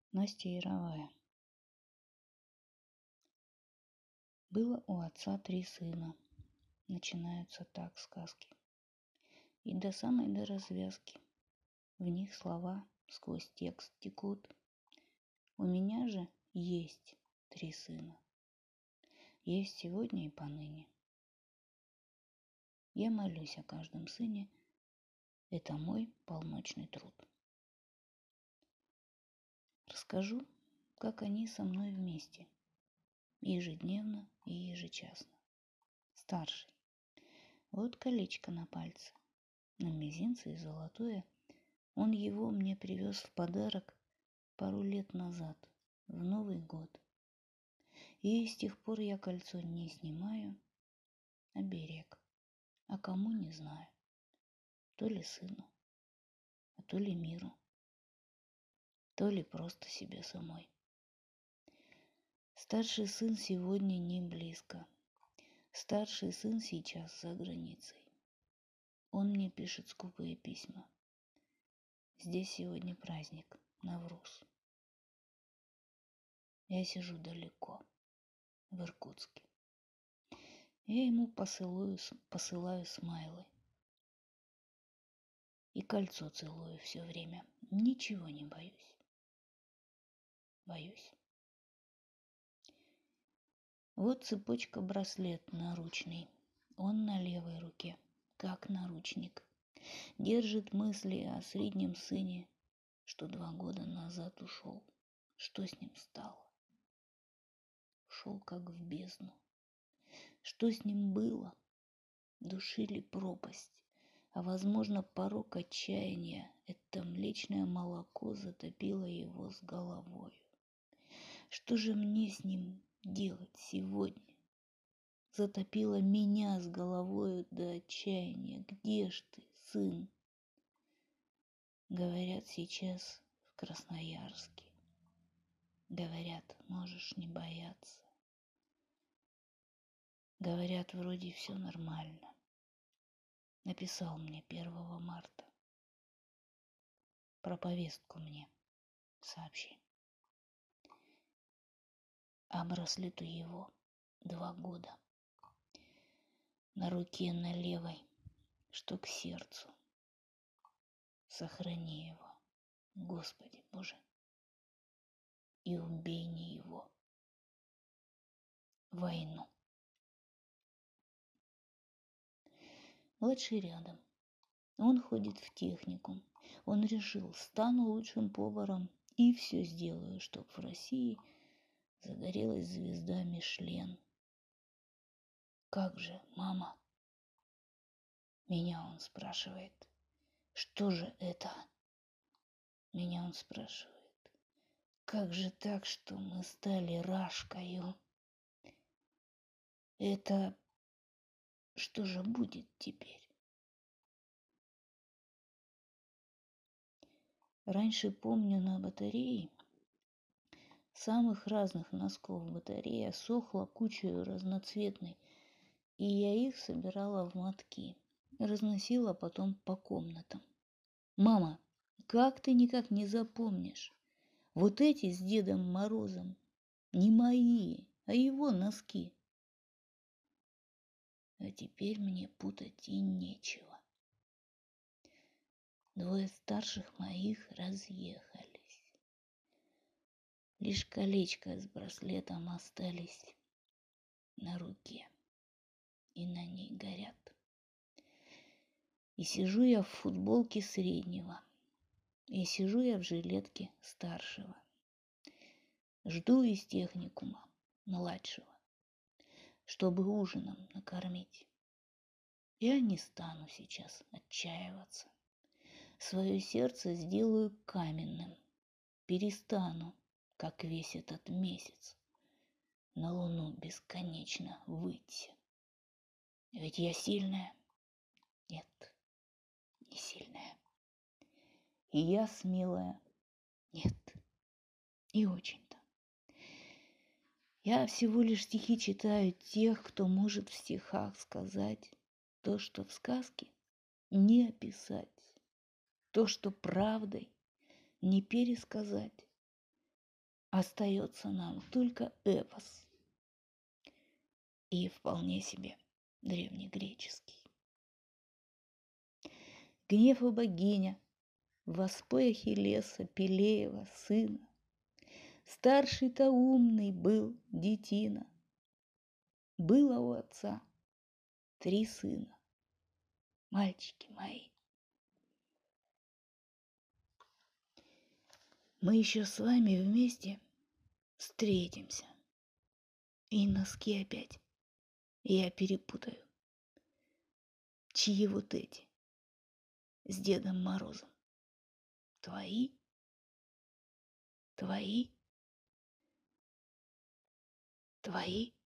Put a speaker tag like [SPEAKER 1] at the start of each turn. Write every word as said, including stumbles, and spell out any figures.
[SPEAKER 1] Настя Яровая. Было у отца три сына. Начинаются так сказки. И до самой до развязки. В них слова сквозь текст текут. У меня же есть три сына. Есть сегодня и поныне. Я молюсь о каждом сыне. Это мой полночный труд. Расскажу, как они со мной вместе. Ежедневно и ежечасно. Старший. Вот колечко на пальце. На мизинце и золотое. Он его мне привез в подарок пару лет назад, в Новый год. И с тех пор я кольцо не снимаю, оберег. А кому не знаю. То ли сыну, а то ли миру, то ли просто себе самой. Старший сын сегодня не близко. Старший сын сейчас за границей. Он мне пишет скупые письма. Здесь сегодня праздник, Навруз. Я сижу далеко, в Иркутске. Я ему посылаю, посылаю смайлы. И кольцо целую все время. Ничего не боюсь. Боюсь. Вот цепочка-браслет наручный. Он на левой руке, как наручник. Держит мысли о среднем сыне, что два года назад ушел. Что с ним стало? Ушел как в бездну. Что с ним было? Душили пропасть. А, возможно, порок отчаяния, это млечное молоко затопило его с головой. Что же мне с ним делать сегодня? Затопило меня с головой до отчаяния. Где ж ты, сын? Говорят сейчас в Красноярске. Говорят, можешь не бояться. Говорят, вроде все нормально. Написал мне первого марта. Про повестку мне сообщи. А браслету его два года. На руке на левой, что к сердцу. Сохрани его, Господи Боже, и убей не его. Войну. Младший рядом. Он ходит в техникум. Он решил, стану лучшим поваром и все сделаю, чтоб в России загорелась звезда Мишлен. Как же, мама? Меня он спрашивает. Что же это? Меня он спрашивает. Как же так, что мы стали рашкою? Это что же будет теперь? Раньше, помню, на батарее самых разных носков батарея сохла кучей разноцветной, и я их собирала в мотки, разносила потом по комнатам. Мама, как ты никак не запомнишь? Вот эти с Дедом Морозом не мои, а его носки. А теперь мне путать и нечего. Двое старших моих разъехались. Лишь колечко с браслетом остались на руке, и на ней горят. И сижу я в футболке среднего, и сижу я в жилетке старшего. Жду из техникума младшего, чтобы ужином накормить. Я не стану сейчас отчаиваться. Свое сердце сделаю каменным. Перестану, как весь этот месяц, на луну бесконечно выйти. Ведь я сильная. Нет, не сильная. И я смелая. Нет, и очень-то. Я всего лишь стихи читаю тех, кто может в стихах сказать то, что в сказке не описать, то, что правдой не пересказать. Остается нам только эпос. И вполне себе древнегреческий. Гнев и богиня, воспой Ахиллеса, Пелеева сына. Старший-то умный был детина. Было у отца три сына, мальчики мои. Мы еще с вами вместе встретимся. И носки опять я перепутаю. Чьи вот эти с Дедом Морозом? Твои? Твои? Твои?